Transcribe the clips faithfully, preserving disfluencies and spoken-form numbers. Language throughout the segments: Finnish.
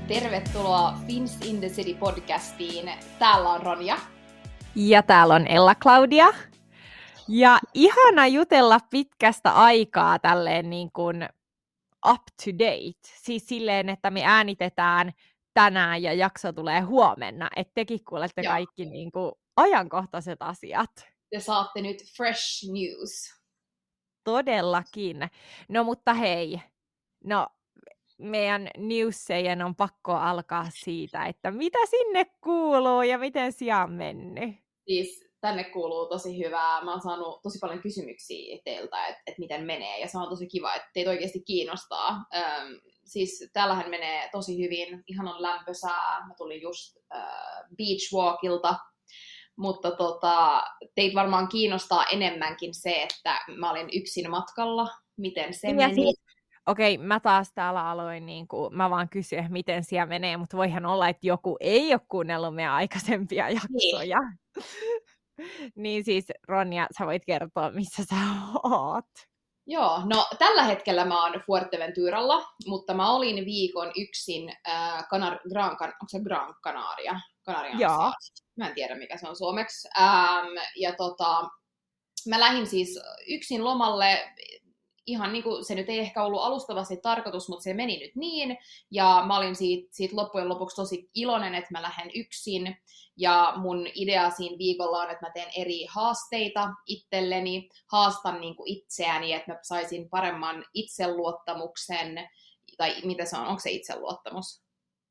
tervetuloa Fins in the City podcastiin. Täällä on Ronja. Ja täällä on Ella-Claudia. Ja ihana jutella pitkästä aikaa tälleen niin kuin up to date. Siis silleen, että me äänitetään tänään ja jakso tulee huomenna. Että tekin kuulette Joo. kaikki niin kuin ajankohtaiset asiat. Te saatte nyt fresh news. Todellakin. No mutta hei, no meidän newssejen on pakko alkaa siitä, että mitä sinne kuuluu ja miten siellä on mennyt. Siis tänne kuuluu tosi hyvää. Mä oon saanut tosi paljon kysymyksiä teiltä, että et miten menee, ja se on tosi kiva, että teitä oikeasti kiinnostaa. Öm, siis täällähän menee tosi hyvin, ihan on lämpösää. Mä tulin just äh, beach walkilta, mutta tota, teitä varmaan kiinnostaa enemmänkin se, että mä olin yksin matkalla, miten se ja meni. Siis, okei, mä taas täällä aloin, niin kuin, mä vaan kysyn, miten siellä menee, mutta voihan olla, että joku ei ole kuunnellut meidän aikaisempia jaksoja. Niin. Niin siis, Ronja, sä voit kertoa, missä sä oot. Joo, no tällä hetkellä mä oon Fuerteventuralla, mutta mä olin viikon yksin äh, Canar- Gran, onko se Gran Canaria? Canarian Joo. Mä en tiedä, mikä se on suomeksi. Ähm, ja tota, mä lähdin siis yksin lomalle. Ihan niin kuin se nyt ei ehkä ollut alustavasti tarkoitus, mutta se meni nyt niin. Ja mä olin siitä, siitä loppujen lopuksi tosi iloinen, että mä lähden yksin. Ja mun idea siinä viikolla on, että mä teen eri haasteita itselleni. Haastan niin kuin itseäni, että mä saisin paremman itseluottamuksen. Tai mitä se on? Onko se itseluottamus?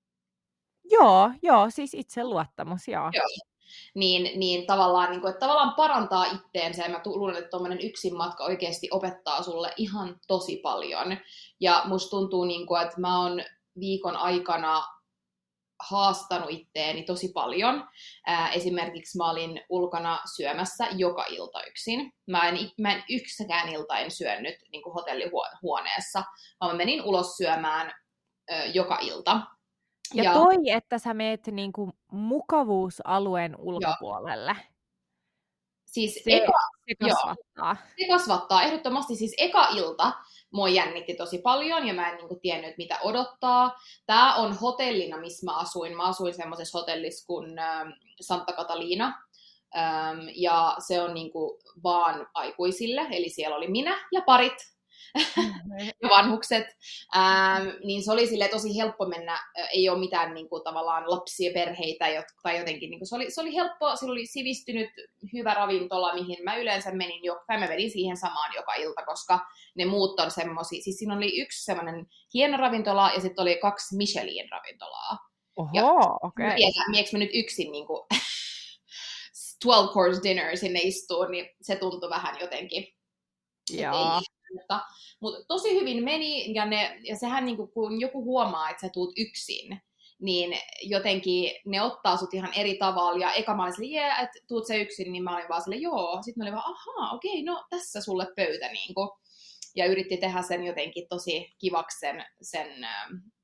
Joo, joo, siis itseluottamus, joo. Joo. Niin, niin tavallaan, niin kuin, että tavallaan parantaa itteensä, ja mä luulen, että tuommoinen yksin matka oikeasti opettaa sulle ihan tosi paljon. Ja musta tuntuu, niin kuin, että mä oon viikon aikana haastanut itteeni tosi paljon. Ää, esimerkiksi mä olin ulkona syömässä joka ilta yksin. Mä en, mä en yksikään ilta en syönyt niin kuin hotellihuoneessa, vaan mä menin ulos syömään ö, joka ilta. Ja, ja toi, että sä meet niinku mukavuusalueen ulkopuolelle. Joo. Siis se, eka, se kasvattaa. Joo, se kasvattaa. Ehdottomasti siis eka ilta mua jännitti tosi paljon ja mä en niinku tiennyt, mitä odottaa. Tää on hotellina, missä mä asuin. Mä asuin semmoisessa hotellissa kuin ähm, Santa Catalina. Ähm, ja se on niinku vaan aikuisille, eli siellä oli minä ja parit. ja vanhukset, ähm, niin se oli sille tosi helppo mennä, ei ole mitään niin kuin, tavallaan lapsia, perheitä, jotka, tai jotenkin, niin kuin, se, oli, se oli helppo, se oli sivistynyt, hyvä ravintola, mihin mä yleensä menin, jo, tai mä menin siihen samaan joka ilta, koska ne muut on semmosia, siis siinä oli yksi semmoinen hieno ravintola, ja sitten oli kaksi Michelin-ravintolaa. Oho, okei. Okay. Mieks mä nyt yksin niin kuin twelve course dinner sinne istuu, niin se tuntui vähän jotenkin. Joo. Mutta, mutta tosi hyvin meni, ja, ne, ja sehän niin kuin, kun joku huomaa, että sä tuut yksin, niin jotenkin ne ottaa sut ihan eri tavalla, ja eka mä olin silleen, yeah, että tuut sä yksin, niin mä olin vaan silleen, joo, sitten mä olin vaan, ahaa, okei, no tässä sulle pöytä, niin kuin. Ja yritti tehdä sen jotenkin tosi kivaksi sen, sen äh,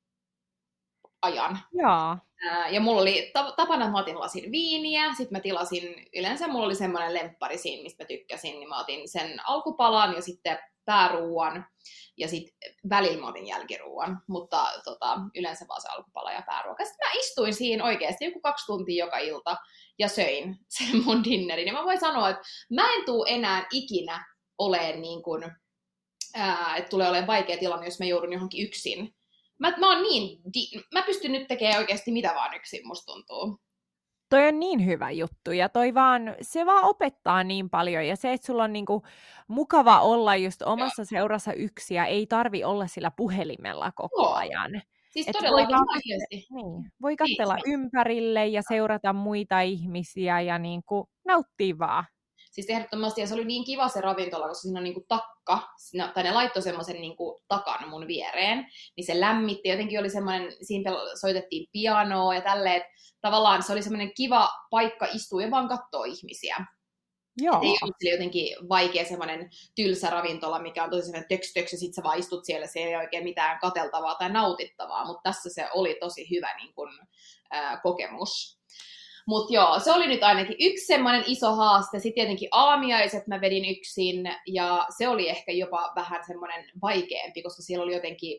ajan. Joo. Äh, ja mulla oli tapana, että mä otin lasin viiniä, sitten mä tilasin, yleensä mulla oli semmoinen lemppari siinä, mistä mä tykkäsin, niin mä otin sen alkupalan, ja sitten pääruuan, ja sitten välillä mä otin jälkiruuan, mutta tota, yleensä vaan se alkupala ja pääruoka. Sitten mä istuin siinä oikeasti joku kaksi tuntia joka ilta, ja söin sen mun dinnerin. Ja mä voin sanoa, että mä en tuu enää ikinä oleen niin kuin, ää, että tulee olemaan vaikea tilanne, jos mä joudun johonkin yksin. Mä, mä, oon niin, di- mä pystyn nyt tekemään oikeasti mitä vaan yksin, musta tuntuu. Toi on niin hyvä juttu, ja toi vaan, se vaan opettaa niin paljon, ja se, että sulla on niinku mukava olla just omassa Joo. seurassa yksi, ja ei tarvi olla sillä puhelimella koko Joo. ajan. Siis todellakin oikeasti. Niin, voi katsella niin. ympärille ja seurata muita ihmisiä, ja niinku nauttia vaan. Siis ehdottomasti, ja se oli niin kiva se ravintola, koska siinä on niinku takka, siinä, tai ne laittoi semmoisen niinku takan mun viereen, niin se lämmitti, jotenkin oli semmoinen, siinä soitettiin pianoa ja tälleen, että tavallaan se oli semmoinen kiva paikka istua ja vaan katsoa ihmisiä. Joo. Ei ollut jotenkin vaikea semmoinen tylsä ravintola, mikä on tosi semmoinen töks töks, ja sit sä vaan istut siellä, se ei oikein mitään kateltavaa tai nautittavaa, mutta tässä se oli tosi hyvä niin kun, ää, kokemus. Mutta joo, se oli nyt ainakin yksi semmoinen iso haaste. Sitten tietenkin aamiaiset mä vedin yksin, ja se oli ehkä jopa vähän semmoinen vaikeampi, koska siellä oli jotenkin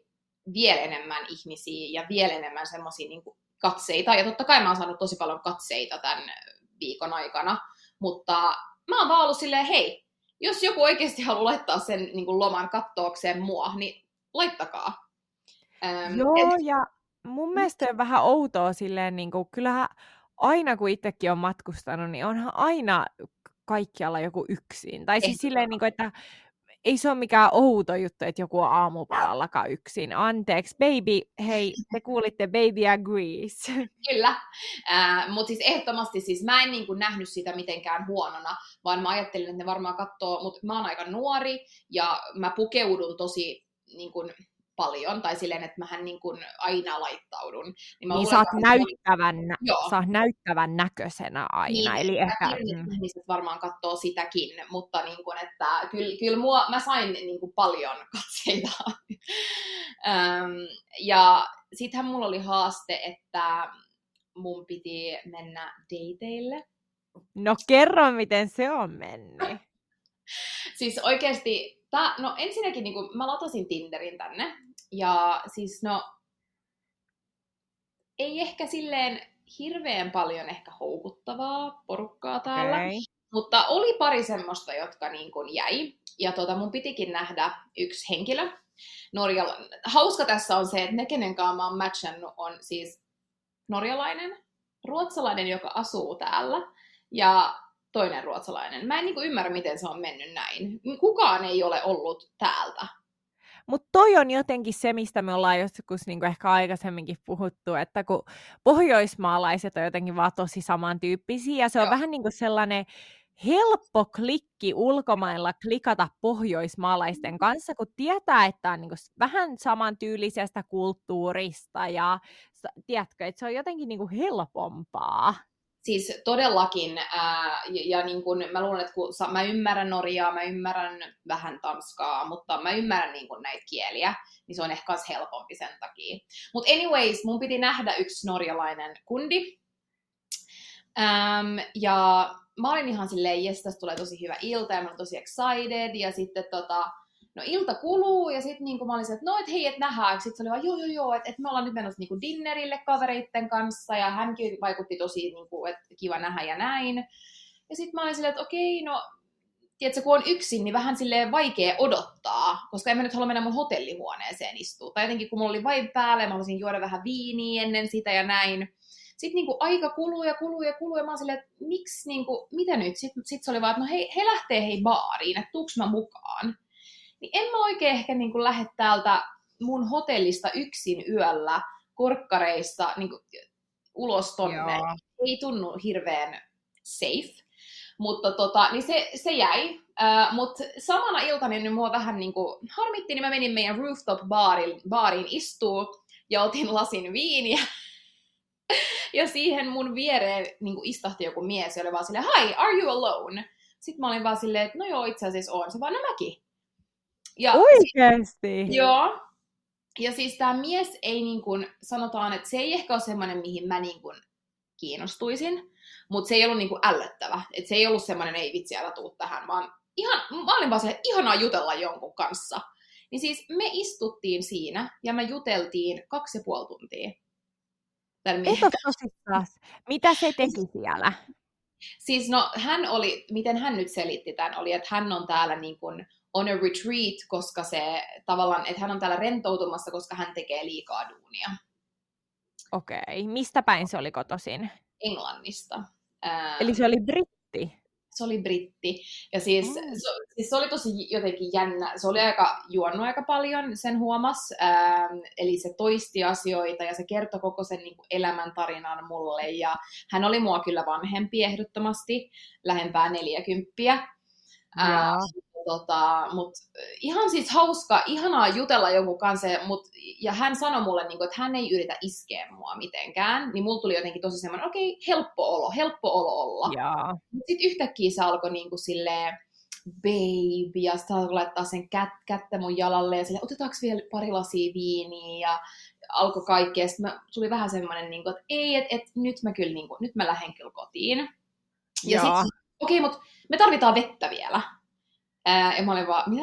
vielä enemmän ihmisiä ja vielä enemmän semmoisia niin kuin katseita. Ja totta kai mä oon saanut tosi paljon katseita tämän viikon aikana, mutta mä oon vaan ollut silleen, hei, jos joku oikeasti haluaa laittaa sen niin kuin loman kattookseen mua, niin laittakaa. Ähm, Joo, et... ja mun mielestä on vähän outoa silleen, niin kuin, kyllähän aina kun itsekin on matkustanut, niin onhan aina kaikkialla joku yksin. Tai siis silleen, niin kuin, että ei se ole mikään outo juttu, että joku on aamupalallakaan yksin. Anteeksi, baby, hei, te kuulitte, baby agrees. Kyllä, äh, mutta siis ehdottomasti siis mä en niin kuin nähnyt sitä mitenkään huonona, vaan mä ajattelin, että ne varmaan katsoo, mutta mä oon aika nuori ja mä pukeudun tosi niin kuin paljon, tai silleen, että mähän niin kuin aina laittaudun. Niin, niin sä oot näyttävän, sä oot näyttävän näköisenä aina. Niin, eli ehkä mm. ihmiset varmaan katsoo sitäkin, mutta niin kuin, että kyllä, kyllä mua, mä sain niin kuin paljon katseita. um, ja sittenhän mulla oli haaste, että mun piti mennä dateille. No kerro, miten se on mennyt. Siis oikeasti, tää, no ensinnäkin niin kuin, mä latasin Tinderin tänne, ja siis no, ei ehkä silleen hirveän paljon ehkä houkuttavaa porukkaa täällä, okay. Mutta oli pari semmoista, jotka niin kuin jäi, ja tota, mun pitikin nähdä yksi henkilö. Norjala... Hauska tässä on se, että ne, kenen kanssa mä oon matchannut, on siis norjalainen, ruotsalainen, joka asuu täällä, ja toinen ruotsalainen. Mä en niin kuin ymmärrä, miten se on mennyt näin. Kukaan ei ole ollut täältä. Mutta toi on jotenkin se, mistä me ollaan joskus niinku ehkä aikaisemminkin puhuttu, että kun pohjoismaalaiset on jotenkin vaan tosi samantyyppisiä, ja se on Joo. vähän niin kuin sellainen helppo klikki ulkomailla klikata pohjoismaalaisten kanssa, kun tietää, että on niinku vähän samantyylisestä kulttuurista, ja tiedätkö, että se on jotenkin niinku helpompaa. Siis todellakin, ää, ja, ja niin kun, mä luulen, että kun sa, mä ymmärrän Norjaa, mä ymmärrän vähän Tanskaa, mutta mä ymmärrän niin kun näitä kieliä, niin se on ehkä myös helpompi sen takia. Mutta anyways, mun piti nähdä yksi norjalainen kundi, äm, ja mä olin ihan silleen, jes, tästä tulee tosi hyvä ilta, ja mä olin tosi excited, ja sitten tota, no ilta kuluu, ja sitten niin mä olin se, että no, et hei, et nähdään. Sitten se oli vaan, joo, joo, joo, että et me ollaan nyt menossa niin dinnerille kavereitten kanssa, ja hänkin vaikutti tosi, niin kuin, että kiva nähdä ja näin. Ja sitten mä olin silleen, että okei, no, tiedätkö, kun on yksin, niin vähän silleen vaikea odottaa, koska en mä nyt halua mennä mun hotellihuoneeseen istua. Tai jotenkin, kun mulla oli vibe päälle, mä haluaisin juoda vähän viiniä ennen sitä ja näin. Sitten niin kuin aika kuluu ja kuluu ja kuluu, ja mä oon silleen, että miksi, niin kuin, mitä nyt? Sitten sit se oli vaan, että no hei, he lähtee hei baariin, että tuuks mä mukaan? Niin en mä oikein ehkä niin kuin lähde täältä mun hotellista yksin yöllä korkkareissa niin kuin ulos tonne. Joo. Ei tunnu hirveän safe. Mutta tota, niin se, se jäi. Uh, Mutta samana iltana niin mua vähän niin kuin harmitti, niin mä menin meidän rooftop-baariin baariin istuu ja otin lasin viiniä. Ja siihen mun viereen niin kuin istahti joku mies ja oli vaan silleen, hi, are you alone? Sitten mä olin vaan silleen, että no joo, itse asiassa on. Se vaan, no mäkin. Ja oikeesti? Si- joo. Ja siis tämä mies ei niin kuin, sanotaan, että se ei ehkä ole semmoinen, mihin mä niin kuin kiinnostuisin, mutta se ei ollut niin kuin ällöttävä. Että se ei ollut semmoinen, ei vitsi, älä tuu tähän, vaan ihan, mä olin vaan se, ihanaa jutella jonkun kanssa. Niin siis me istuttiin siinä ja me juteltiin kaksi ja puoli tuntia. Et ole tosissaan. Mitä se teki siellä? Siis no, hän oli, miten hän nyt selitti tämän, oli, että hän on täällä niin kuin on a retreat, koska se tavallaan, että hän on täällä rentoutumassa, koska hän tekee liikaa duunia. Okei. Okay. Mistä päin se oli kotoisin? Englannista. Eli se oli britti? Se oli britti. Ja siis, mm. se, siis se oli tosi jotenkin jännä. Se oli aika juonut aika paljon, sen huomas. Ähm, eli se toisti asioita ja se kertoi koko sen niin kuin elämäntarinan mulle. Ja hän oli mua kyllä vanhempi ehdottomasti, lähempää neljäkymppiä. Ää, tota, mut ihan siis hauska, ihanaa jutella jonkun kanssa, mut, ja hän sanoi mulle, niin kun, että hän ei yritä iskeä mua mitenkään, niin mulla tuli jotenkin tosi semmoinen, okei, okay, helppo olo, helppo olo olla. Sitten yhtäkkiä se alkoi niin kuin silleen, baby, ja sitten alkoi laittaa sen kät, kättä mun jalalle, ja silleen, otetaanko vielä pari lasia viiniä, ja alkoi kaikkea, ja sitten tuli vähän semmoinen, niin kuin, että ei, että et, nyt mä kyllä, niin kuin, nyt mä lähden kyllä kotiin. Ja sitten okei, okay, mutta me tarvitaan vettä vielä. Ää, ja mä olin vaan, mitä? Sitten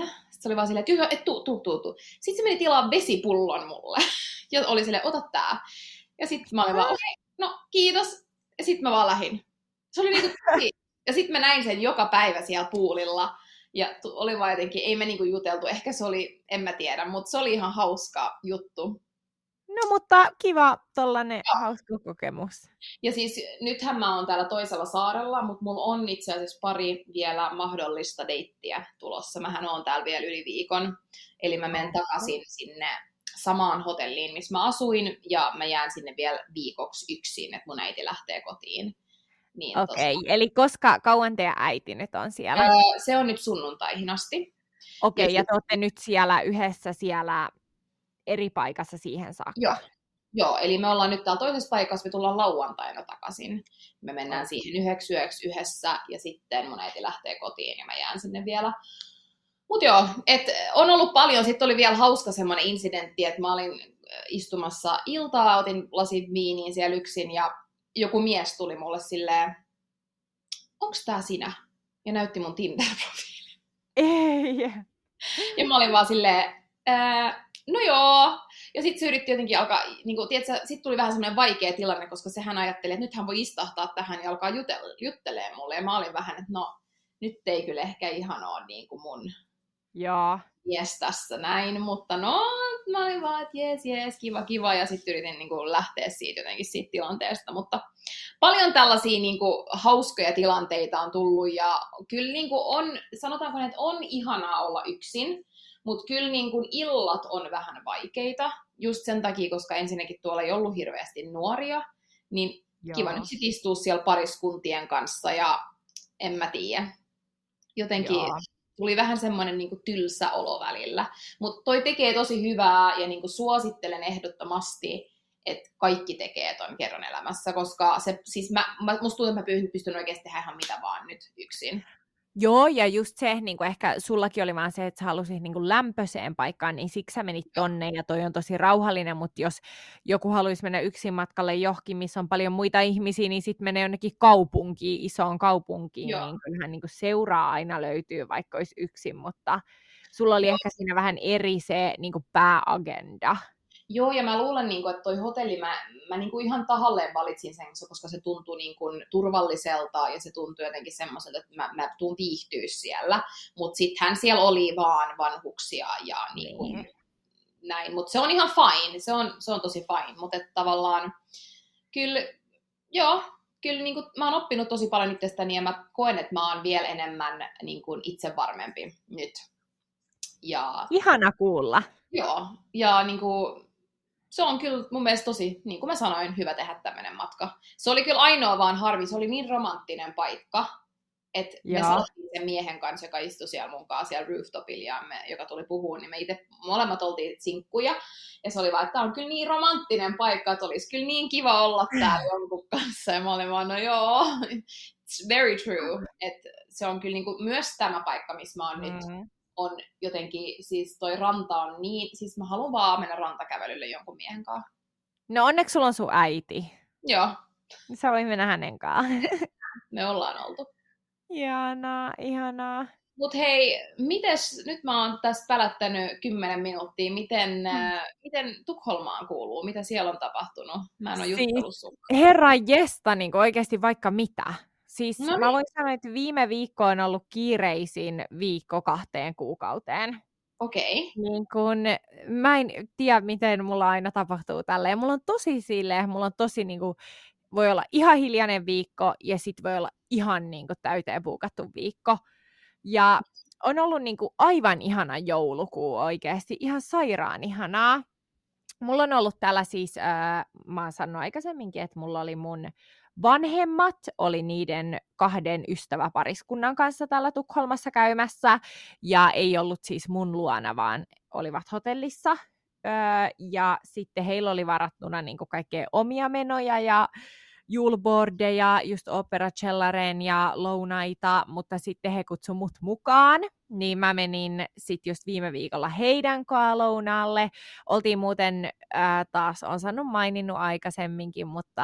Sitten se oli vaan silleen, että joo, et tuu, tuu, tuu, tuu. Sitten se meni tilaa vesipullon mulle. Ja oli silleen, ota tää. Ja sitten mä olin vaan, okei, okay, no kiitos. Ja sitten mä vaan lähdin. Se oli niinku ja sitten mä näin sen joka päivä siellä puulilla. Ja oli vaan jotenkin, ei me niinku juteltu. Ehkä se oli, en mä tiedä, mutta se oli ihan hauska juttu. No mutta kiva tollanen ja. hauska kokemus. Ja siis nythän mä oon täällä toisella saarella, mutta mulla on itse asiassa pari vielä mahdollista deittiä tulossa. Mähän oon täällä vielä yli viikon. Eli mä menen takaisin sinne samaan hotelliin, missä mä asuin, ja mä jään sinne vielä viikoksi yksin, että mun äiti lähtee kotiin. Niin Okei, okay. Eli koska kauan teidän äiti nyt on siellä? Öö, se on nyt sunnuntaihin asti. Okei, okay, ja, ja te olette nyt siellä yhdessä siellä eri paikassa siihen saakka? Joo. Joo, eli me ollaan nyt täällä toisessa paikassa, me tullaan lauantaina takaisin. Me mennään siihen yhdeksi yöksi yhdessä, ja sitten mun äiti lähtee kotiin, ja mä jään sinne vielä. Mut joo, et on ollut paljon. Sitten oli vielä hauska semmoinen incidentti, että mä olin istumassa iltaa, otin lasin viiniin siellä yksin, ja joku mies tuli mulle silleen, onks tää sinä? Ja näytti mun Tinder-profiilin. Ei. Ja mä olin vaan silleen, ää, no joo. Ja sitten se yritti jotenkin alkaa, niin kuin, tiedätkö, sitten tuli vähän semmoinen vaikea tilanne, koska sehän ajatteli, että nyt hän voi istahtaa tähän ja alkaa jutelle, juttelee mulle. Ja mä olin vähän, että no, nyt ei kyllä ehkä ihan ole niin kuin mun Joo. mies tässä näin. Mutta no, mä olin vaan, että jees, jees, kiva, kiva. Ja sitten yritin niin kuin lähteä siitä jotenkin siitä tilanteesta. Mutta paljon tällaisia niin kuin hauskoja tilanteita on tullut. Ja kyllä niin kuin on, sanotaanko, että on ihanaa olla yksin. Mutta kyllä niin kun illat on vähän vaikeita, just sen takia, koska ensinnäkin tuolla ei ollut hirveästi nuoria, niin Joo. kiva nyt sit istua siellä pariskuntien kanssa ja en mä tiedä. Jotenkin Joo. tuli vähän semmoinen niin kun tylsä olo välillä. Mutta toi tekee tosi hyvää ja niin kun suosittelen ehdottomasti, että kaikki tekee ton kerran elämässä, koska se, siis mä, mä, musta tuntuu, että mä pystyn oikeasti tehdä ihan mitä vaan nyt yksin. Joo, ja just se, niin kuin ehkä sullakin oli vaan se, että sä halusit niin kuin lämpöiseen paikkaan, niin siksi sä menit tonne, ja toi on tosi rauhallinen, mutta jos joku haluaisi mennä yksin matkalle johonkin, missä on paljon muita ihmisiä, niin sitten menee jonnekin kaupunkiin, isoon kaupunkiin, Joo. niin kyllähän niin kuin seuraa aina löytyy, vaikka olisi yksin, mutta sulla oli Joo. ehkä siinä vähän eri se niin kuin pääagenda. Joo, ja mä luulen, että toi hotelli, mä, mä ihan tahalleen valitsin sen, koska se tuntui niin kuin turvalliselta ja se tuntui jotenkin semmoiselta, että mä, mä tuun viihtyä siellä. Mutta sittenhän siellä oli vaan vanhuksia ja niin kuin mm. näin. Mutta se on ihan fine, se on, se on tosi fine. Mutta tavallaan kyllä, joo, kyllä niin kuin, mä oon oppinut tosi paljon itsestäni ja mä koen, että mä oon vielä enemmän niin kuin itsevarmempi nyt. Ja, ihana kuulla. Joo, ja niin kuin, se on kyllä mun mielestä tosi, niin kuin mä sanoin, hyvä tehdä tämmöinen matka. Se oli kyllä ainoa vaan harmi, se oli niin romanttinen paikka, että me saatiin sen miehen kanssa, joka istui siellä mun kanssa siellä rooftopilla, ja me, joka tuli puhumaan, niin me itse molemmat oltiin sinkkuja, ja se oli vaan, että tämä on kyllä niin romanttinen paikka, että olisi kyllä niin kiva olla täällä jonkun kanssa, ja mä olin vaan, no joo, it's very true, että se on kyllä niin kuin myös tämä paikka, missä mä oon mm. nyt, on jotenkin, siis toi ranta on niin, siis mä haluan vaan mennä rantakävelylle jonkun miehen kanssa. No onneksi sulla on sun äiti. Joo. Sä voi mennä hänen kanssa. Me ollaan oltu. Ihanaa, ihanaa. Mut hei, mites, nyt mä oon tässä pälättänyt kymmenen minuuttia, miten, hmm. äh, miten Tukholmaan kuuluu, mitä siellä on tapahtunut? Mä en ole juttellut sun. Herra jesta, niin oikeasti vaikka mitä. Siis no mä voin sanoa, että viime viikko on ollut kiireisin viikko kahteen kuukauteen. Okei. Okay. Niin kun, mä en tiedä, miten mulla aina tapahtuu tälleen. Mulla on tosi silleen, mulla on tosi niinku, voi olla ihan hiljainen viikko ja sit voi olla ihan niinku täyteen puukattu viikko. Ja on ollut niinku aivan ihana joulukuu oikeasti, ihan sairaan ihanaa. Mulla on ollut täällä siis, äh, mä oon sanonut aikaisemminkin, että mulla oli mun vanhemmat oli niiden kahden ystäväpariskunnan kanssa täällä Tukholmassa käymässä, ja ei ollut siis mun luona, vaan olivat hotellissa. Öö, ja sitten heillä oli varattuna niin kuin kaikkea omia menoja ja julbordeja, just operacellaren ja lounaita, mutta sitten he kutsuivat mut mukaan, niin mä menin sitten just viime viikolla heidän kanssa lounaalle. Oltiin muuten, ää, taas on sanonut maininnut aikaisemminkin, mutta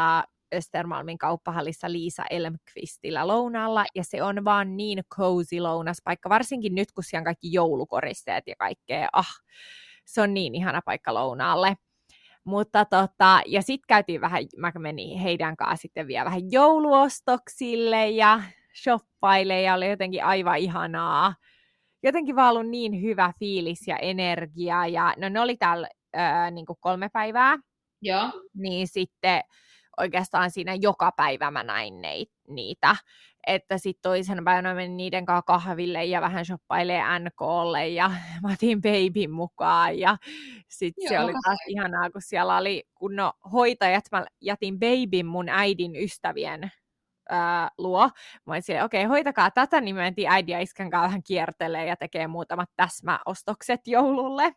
Östermalmin kauppahallissa Liisa Elmqvistillä lounaalla, ja se on vaan niin cozy lounaspaikka, varsinkin nyt, kun siellä on kaikki joulukoristeet ja kaikkea. Ah, se on niin ihana paikka lounaalle. Mutta tota, ja sitten käytiin vähän, mä menin heidän kanssa sitten vielä vähän jouluostoksille ja shoppaille, ja oli jotenkin aivan ihanaa. Jotenkin vaan ollut niin hyvä fiilis ja energia, ja no ne oli täällä ää, niin kuin kolme päivää, Joo. niin sitten oikeastaan siinä joka päivä mä näin niitä, että sitten toisena päivänä menin niiden kanssa kahville ja vähän shoppailemaan N K:lle ja mä otin babyn mukaan ja sitten se oli taas ihanaa, kun siellä oli kunnon hoitajat, mä jätin babyn mun äidin ystävien ää, luo. Mä olin silleen, okei, okay, hoitakaa tätä, niin mä mentiin äidin ja iskän kanssa vähän kiertelee ja tekee muutamat täsmäostokset joululle.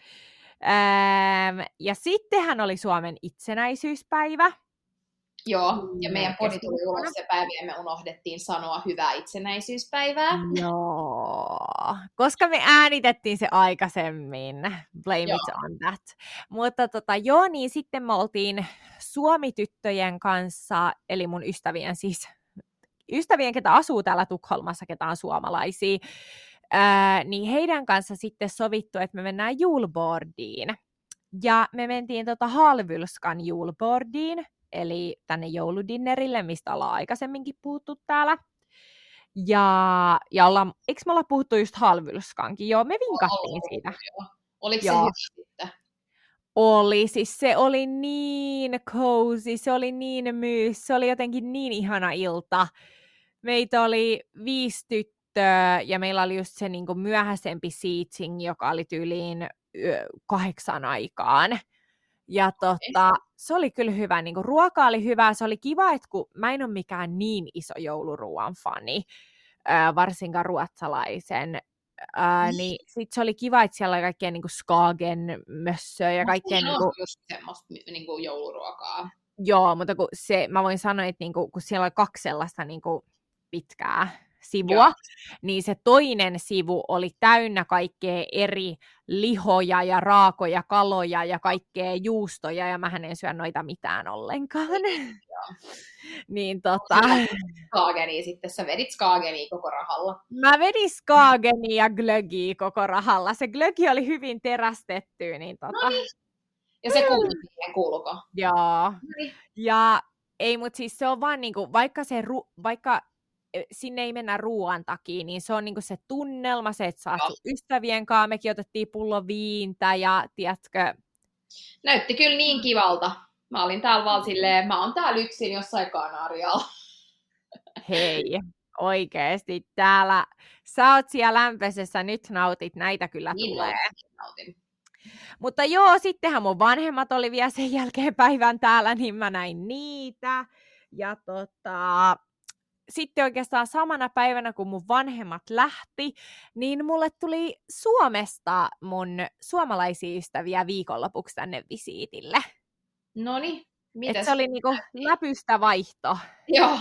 Ähm, ja sittenhän oli Suomen itsenäisyyspäivä. Joo, ja meidän podi tuli ulos se päivä, ja me unohdettiin sanoa hyvää itsenäisyyspäivää. Joo, koska me äänitettiin se aikaisemmin. Blame Joo. it on that. Mutta tota, joo, niin sitten me oltiin Suomi-tyttöjen kanssa, eli mun ystävien siis, ystävien, ketä asuu täällä Tukholmassa, ketä on suomalaisia, ää, niin heidän kanssa sitten sovittu, että me mennään julbordiin. Ja me mentiin tota Halvylskan julbordiin, eli tänne jouludinnerille, mistä ollaan aikaisemminkin puhuttu täällä. Ja, ja ollaan, eikö me olla puhuttu just Halvylskankin? Joo, me vinkattiin Ollut, siitä. Joo. Oliko Joo. se hyvä sitten? Oli, siis se oli niin cozy, se oli niin myys, se oli jotenkin niin ihana ilta. Meitä oli viisi tyttöä ja meillä oli just se niin kuin myöhäisempi seating, joka oli tyyliin yö, kahdeksan aikaan. Ja tota, se oli kyllä hyvä, niin kuin ruoka oli hyvä, se oli kiva, että kun mä en ole mikään niin iso jouluruuan fani, äh, varsinkaan ruotsalaisen, äh, mm. niin sit se oli kiva, että siellä oli kaikkea niin kuin Skagen mössöä ja kaikkea. Se niin on kuin... just semmoista niin kuin jouluruokaa. Joo, mutta kun se, mä voin sanoa, että niin kuin, kun siellä oli kaksi sellaista niin kuin pitkää sivua, Joo. niin se toinen sivu oli täynnä kaikkea eri lihoja ja raakoja kaloja ja kaikkea juustoja, ja mähän en syö noita mitään ollenkaan. niin tota... Skagenia sitten, sä vedit Skagenia koko rahalla. Mä vedin Skagenia ja glögiä koko rahalla. Se glögi oli hyvin terästetty, niin tota... No niin. Ja se kuului siihen, kuuluko? Joo. No niin. Ja ei, mutta siis se on vaan niinku, vaikka se, ru... vaikka sinne ei mennä ruoan takia, niin se on niinku se tunnelma, se, että sä oot ystävien kanssa, mekin otettiin pullo viintä ja tiedätkö... Näytti kyllä niin kivalta. Mä olin täällä vaan silleen, mä oon täällä yksin jossain Kanarialla. Hei, oikeesti täällä, sä oot siellä lämpöisessä, nyt nautit, näitä kyllä niin tulee. Nautin. Mutta joo, sittenhän mun vanhemmat oli vielä sen jälkeen päivän täällä, niin mä näin niitä. Ja tota... Sitten oikeastaan samana päivänä, kun mun vanhemmat lähti, niin mulle tuli Suomesta mun suomalaisia ystäviä viikonlopuksi tänne visiitille. Noniin, mitäs? Se oli niinku läpystä vaihto. Joo.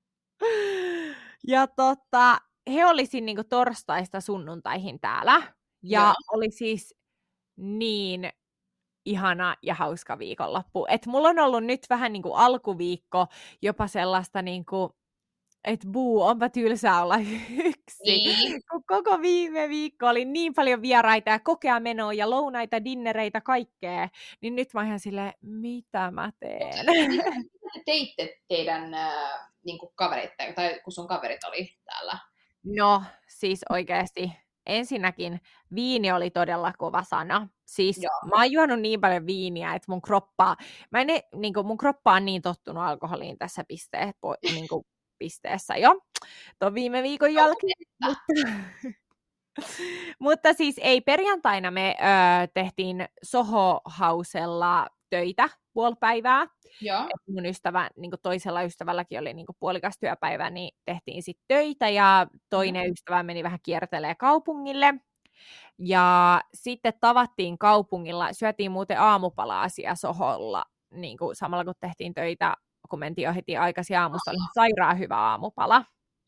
Ja tota, he olivat niinku torstaista sunnuntaihin täällä. Ja Joo. oli siis niin ihana ja hauska viikonloppu. Et mulla on ollut nyt vähän niinku alkuviikko jopa sellaista niinku, että buu, onpa tylsää olla yksi. Niin. Koko viime viikko oli niin paljon vieraita ja kokea menoa ja lounaita, dinnereitä, kaikkea. Niin nyt mä ihan silleen, mitä mä teen? Mitä te teitte teidän äh, niin kuin kavereita, tai kun sun kaverit oli täällä? No, siis oikeasti ensinnäkin viini oli todella kova sana. Siis Joo. mä oon juonut niin paljon viiniä, että mun kroppa, mä en, niin kuin, mun kroppa on niin tottunut alkoholiin tässä pisteen, niin kuin, pisteessä jo, tuon viime viikon jälkeen. Mutta, mutta siis ei, perjantaina me ö, tehtiin Soho Housella töitä puolipäivää. Et mun ystävä, niin toisella ystävälläkin oli niin puolikas työpäivä, niin tehtiin sitten töitä ja toinen mm. ystävä meni vähän kiertelemään kaupungille. Ja sitten tavattiin kaupungilla, syötiin muuten aamupalaa siellä Soholla, niin samalla kun tehtiin töitä, kun mentiin jo heti aikaisin aamusta, oli sairaan hyvä aamupala.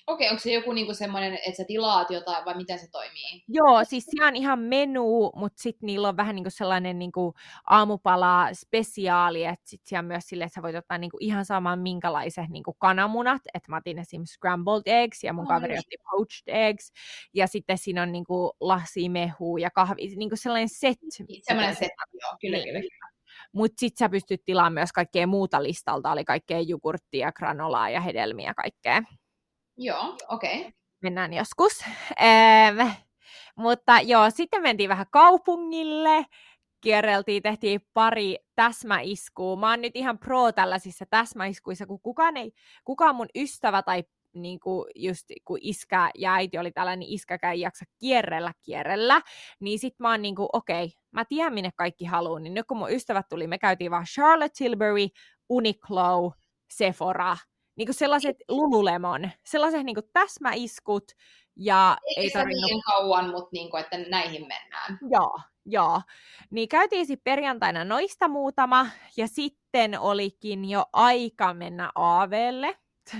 Okei, onko se joku niinku semmoinen, että sä tilaat jotain vai miten se toimii? Joo, siis siellä on ihan menu, mutta sitten niillä on vähän niinku sellainen niinku aamupala spesiaali, että sitten siellä on myös silleen, että sä voit ottaa niinku ihan saman minkälaiset niinku kananmunat, että mä otin esimerkiksi scrambled eggs ja mun kaveri otti poached eggs, ja sitten siinä on niinku lasimehua ja kahvi, niinku sellainen set. Sellainen set, joo, kyllä, niin. kyllä. Mutta sitten sä pystyt tilaamaan myös kaikkea muuta listalta, oli kaikkea jogurttia, granolaa ja hedelmiä ja kaikkea. Joo, okei. Okay. Mennään joskus. Ähm, mutta joo, sitten mentiin vähän kaupungille, kierreltiin, tehtiin pari täsmäiskua. Mä oon nyt ihan pro tällaisissa täsmäiskuissa, kun kukaan, ei, kukaan mun ystävä tai niinku just kun iskä ja äiti oli tällainen, niin iskäkään ei jaksa kierrellä kierrellä, niin sit mä oon niinku, okei, okay, mä tiedän minne kaikki haluun, niin nyt kun mun ystävät tuli, me käytiin vaan Charlotte Tilbury, Uniqlo, Sephora, niinku sellaiset Lululemon, sellaiset niinku täsmäiskut, ja ei, ei tarvinnut niin kauan, mutta niinku, että näihin mennään. Joo, joo. Niin käytiin sitten perjantaina noista muutama, ja sitten olikin jo aika mennä A V:lle.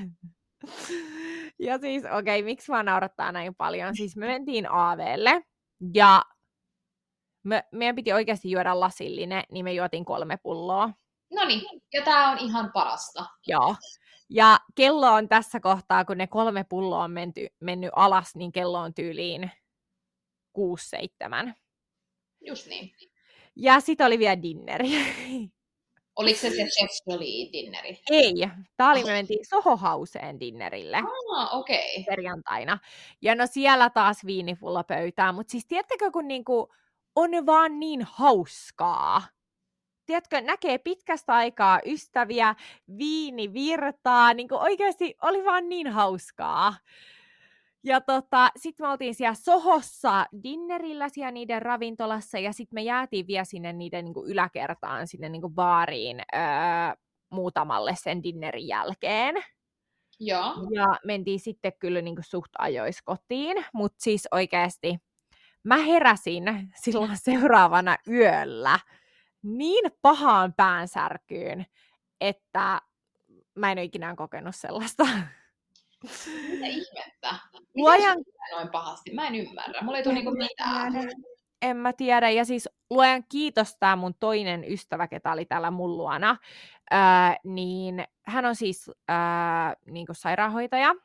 Ja siis, okei, okay, miksi mä naurattaa näin paljon? Siis me mentiin A V:lle, ja me, meidän piti oikeasti juoda lasillinen, niin me juotiin kolme pulloa. Noniin, ja tää on ihan parasta. Joo. Ja kello on tässä kohtaa, kun ne kolme pulloa on menty, mennyt alas, niin kello on tyyliin kuusi seitsemän. Just niin. Ja sit oli vielä dinneri. Oliko se se Chef Jolie dinneri? Ei. Tää oli, me mentiin Soho Houseen dinnerille. Ah, okei. Okay. Perjantaina. Ja no siellä taas viinipulla pöytää. Mutta siis tiedättekö, kun niinku on vaan niin hauskaa. Tiedätkö, näkee pitkästä aikaa ystäviä, viini virtaa, niin kuin oikeasti oli vaan niin hauskaa. Ja tota, sitten me oltiin siellä Sohossa dinnerillä siellä niiden ravintolassa, ja sitten me jäätiin vielä sinne niiden niin kuin yläkertaan, sinne niin kuin baariin öö, muutamalle sen dinnerin jälkeen. Joo. Ja mentiin sitten kyllä niin kuin suht ajois kotiin, mutta siis oikeasti mä heräsin silloin seuraavana yöllä niin pahaan päänsärkyyn, että mä en ole ikinä kokenut sellaista. Mitä ihmettä? Luojan... noin pahasti? Mä en ymmärrä. Mulla ei tule niinku mitään. En mä tiedä. Ja siis luojan kiitos tää mun toinen ystävä, ketä oli täällä mun luona. Ää, niin hän on siis ää, niinku sairaanhoitaja. Joo.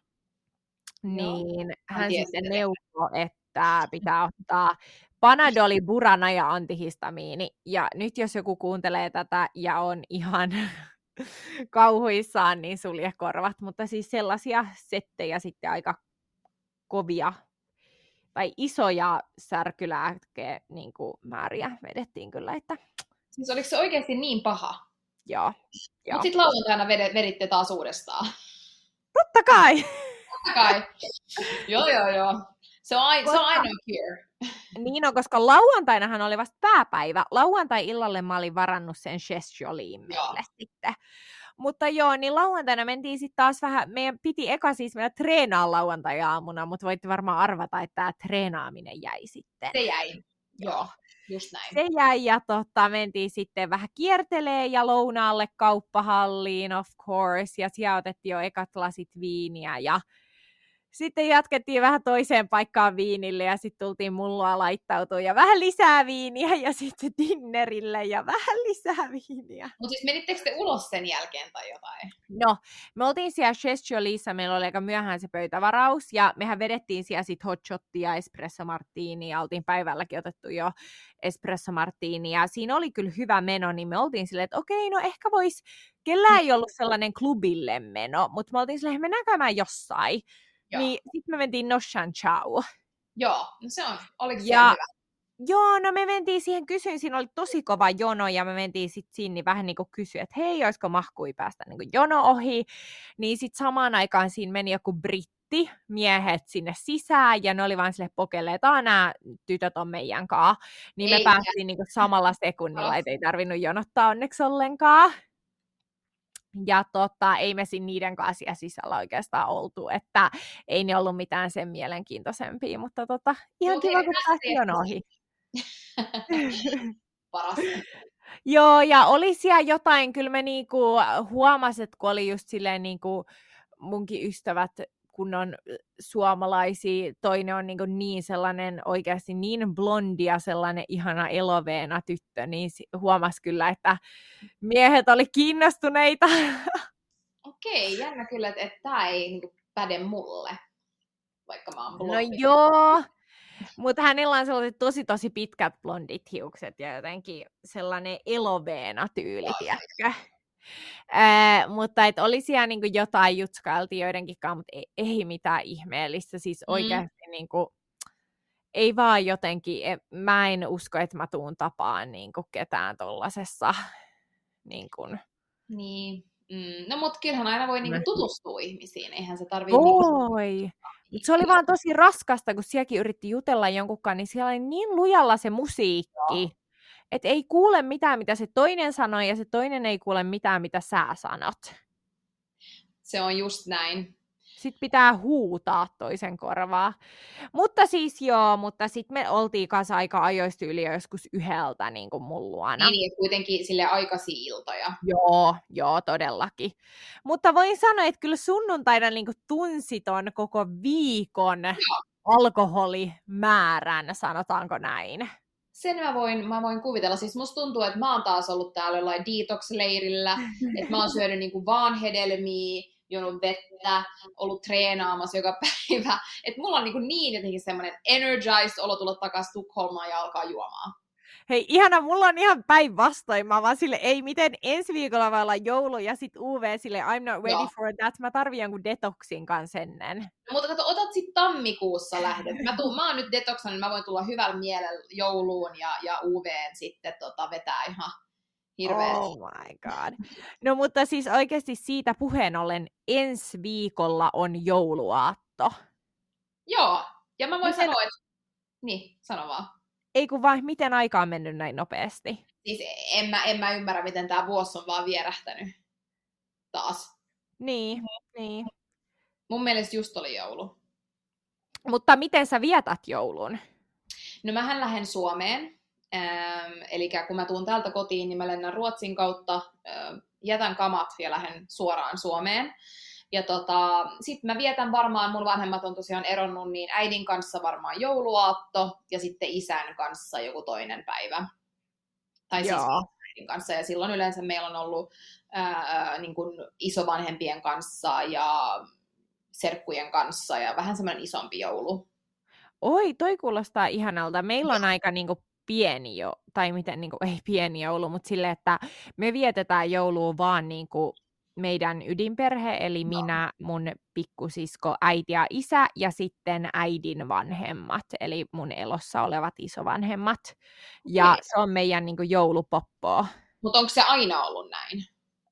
Niin hän sitten neuvoo, että pitää ottaa Panadoli, Burana ja antihistamiini. Ja nyt jos joku kuuntelee tätä ja on ihan kauhuissaan, niin sulje korvat. Mutta siis sellaisia settejä sitten aika kovia tai isoja särkylääkkeen niin kuin määriä vedettiin kyllä. Että... Siis oliko se oikeasti niin paha? Joo. Mutta sitten lauantaina veditte taas uudestaan. Totta kai! Totta kai. joo, joo, joo. Se on, aino, koska... se on ainoa cure. Niin on, koska lauantainahan oli vasta pääpäivä. Lauantai-illalle mä olin varannut sen Chef Jolien meille sitten. Mutta joo, niin lauantaina mentiin sitten taas vähän, meidän piti eka siis meidän treenaa lauantai-aamuna, mutta voitte varmaan arvata, että tämä treenaaminen jäi sitten. Se jäi, joo, just näin. Se jäi ja tota, mentiin sitten vähän kiertelee ja lounaalle kauppahalliin, of course, ja siellä otettiin jo ekat lasit viiniä ja sitten jatkettiin vähän toiseen paikkaan viinille ja sitten tultiin mullua laittautua ja vähän lisää viiniä ja sitten dinnerille ja vähän lisää viiniä. Mutta siis menittekö te ulos sen jälkeen tai jotain? No, me oltiin siellä Chef Joliessa, meillä oli aika myöhään se pöytävaraus ja mehän vedettiin siellä sitten hot shottia ja espresso martini ja oltiin päivälläkin otettu jo espresso martini ja siinä oli kyllä hyvä meno, niin me oltiin silleen, että okei, no ehkä vois, kellään ei ollut sellainen klubille meno, mutta me oltiin silleen, mennään käymään jossain. Joo. Niin sitten me mentiin Noshan Chow. Joo, no se on, oliko se ja, hyvä? Joo, no me mentiin siihen kysyin, siinä oli tosi kova jono ja me mentiin sitten sinne niin vähän niin kuin kysyä, että hei, olisiko mahkui päästä niin kuin jono ohi. Niin sitten samaan aikaan siinä meni joku britti miehet sinne sisään ja ne oli vaan sille pokelle, että nämä tytöt on meidän kaa. Niin me ei päästiin niin kuin samalla sekunnilla, että ei tarvinnut jonottaa onneksi ollenkaan. Ja tota, ei me siinä niiden kanssa sisällä oikeastaan oltu, että ei ne ollut mitään sen mielenkiintoisempia, mutta tota, ihan no, kiva, kun päästiin jon ohi. Parasta. Joo, ja oli siellä jotain, kyllä me niinku huomasit, kun oli just silleen niinku munkin ystävät, kunnon suomalaisia, toinen on niin, niin sellainen oikeasti niin blondia, sellainen ihana eloveena tyttö, niin huomasi kyllä, että miehet oli kiinnostuneita. Okei, jännä kyllä, että, että tämä ei niin kuin, päde mulle, vaikka mä oon blondi. No joo, mutta hänellä on sellaiset tosi tosi pitkät blondit hiukset ja jotenkin sellainen eloveena tyyli, tiedätkö? Ää, mutta et oli siellä niinku jotain jutskailtiin joidenkin kanssa, mutta ei, ei mitään ihmeellistä. Siis oikeasti mm. niinku, ei vaan jotenkin, et, mä en usko, että mä tuun tapaan niinku ketään tollasessa. Niinku. Niin. Mm. No mut kyllähän aina voi niinku tutustua ihmisiin, eihän se tarvitse... Voi! Niinku... Se oli vaan tosi raskasta, kun sielläkin yritti jutella jonkunkaan, niin siellä oli niin lujalla se musiikki. Joo. Että ei kuule mitään, mitä se toinen sanoi, ja se toinen ei kuule mitään, mitä sä sanot. Se on just näin. Sitten pitää huutaa toisen korvaa. Mutta siis joo, mutta sitten me oltiin kanssa aika ajoista yli joskus yhdeltä niin kuin mun luona. Niin, että kuitenkin sille aikaisia iltoja. Joo, joo, todellakin. Mutta voin sanoa, että kyllä sunnuntaina niin kuin tunsi ton koko viikon joo. alkoholimäärän, sanotaanko näin. Sen mä voin, mä voin kuvitella. Siis musta tuntuu, että mä oon taas ollut täällä jollain detox-leirillä, että mä oon syönyt niinku vaan hedelmiä, juonut vettä, ollut treenaamassa joka päivä. Että mulla on niinku niin jotenkin semmoinen energized olo tulla takaisin Tukholmaan ja alkaa juomaan. Hei, ihana, mulla on ihan päinvastoin. Mä vaan sille, ei miten ensi viikolla voi olla joulu ja sit U V sille, I'm not ready Joo. for that. Mä tarvin jonkun detoxin kanssa ennen. No, mutta kato, otat sit tammikuussa lähdet. Mä, tuun, mä oon nyt detoxana, niin mä voin tulla hyvällä mielellä jouluun ja, ja U V:n sitten tota, vetää ihan hirveästi. Oh my god. No mutta siis oikeasti siitä puheen ollen ensi viikolla on jouluaatto. Joo, ja mä voin miten... sanoa, että... Niin, sano vaan. Ei kun vaan, miten aika on mennyt näin nopeasti? Siis en mä, en mä ymmärrä, miten tää vuosi on vaan vierähtänyt taas. Niin, mm. niin. Mun mielestä just oli joulu. Mutta miten sä vietät joulun? No mähän lähden Suomeen. Ähm, eli kun mä tuun täältä kotiin, niin mä lennän Ruotsin kautta, äh, jätän kamat ja lähden suoraan Suomeen. Ja tota, sit mä vietän varmaan, mun vanhemmat on tosiaan eronnut, niin äidin kanssa varmaan jouluaatto ja sitten isän kanssa joku toinen päivä. Tai siis äidin kanssa. Ja silloin yleensä meillä on ollut ää, niin kuin isovanhempien kanssa ja serkkujen kanssa ja vähän semmoinen isompi joulu. Oi, toi kuulostaa ihanalta. Meillä on aika niin kuin pieni jo, tai miten, niin kuin, ei pieni joulu, mutta silleen, että me vietetään joulua vaan niin kuin meidän ydinperhe, eli minä, mun pikkusisko, äiti ja isä, ja sitten äidin vanhemmat, eli mun elossa olevat isovanhemmat. Ja okay. Se on meidän niin kuin joulupoppoa. Mutta onko se aina ollut näin?